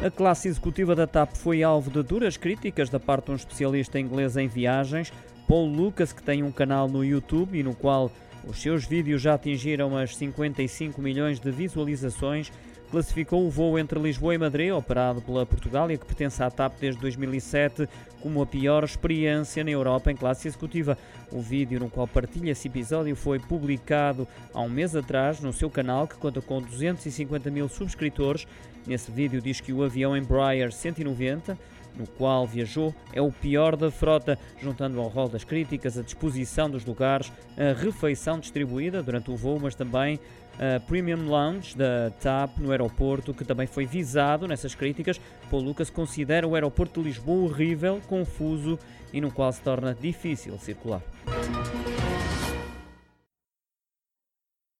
A classe executiva da TAP foi alvo de duras críticas da parte de um especialista inglês em viagens, Paul Lucas, que tem um canal no YouTube e no qual os seus vídeos já atingiram as 55 milhões de visualizações. Classificou o voo entre Lisboa e Madrid, operado pela Portugália, que pertence à TAP desde 2007, como a pior experiência na Europa em classe executiva. O vídeo no qual partilha esse episódio foi publicado há um mês atrás no seu canal, que conta com 250 mil subscritores. Nesse vídeo diz que o avião Embraer 190, no qual viajou, é o pior da frota, juntando ao rol das críticas a disposição dos lugares, a refeição distribuída durante o voo, mas também a Premium Lounge da TAP no aeroporto, que também foi visado nessas críticas. Paul Lucas considera o aeroporto de Lisboa horrível, confuso e no qual se torna difícil circular.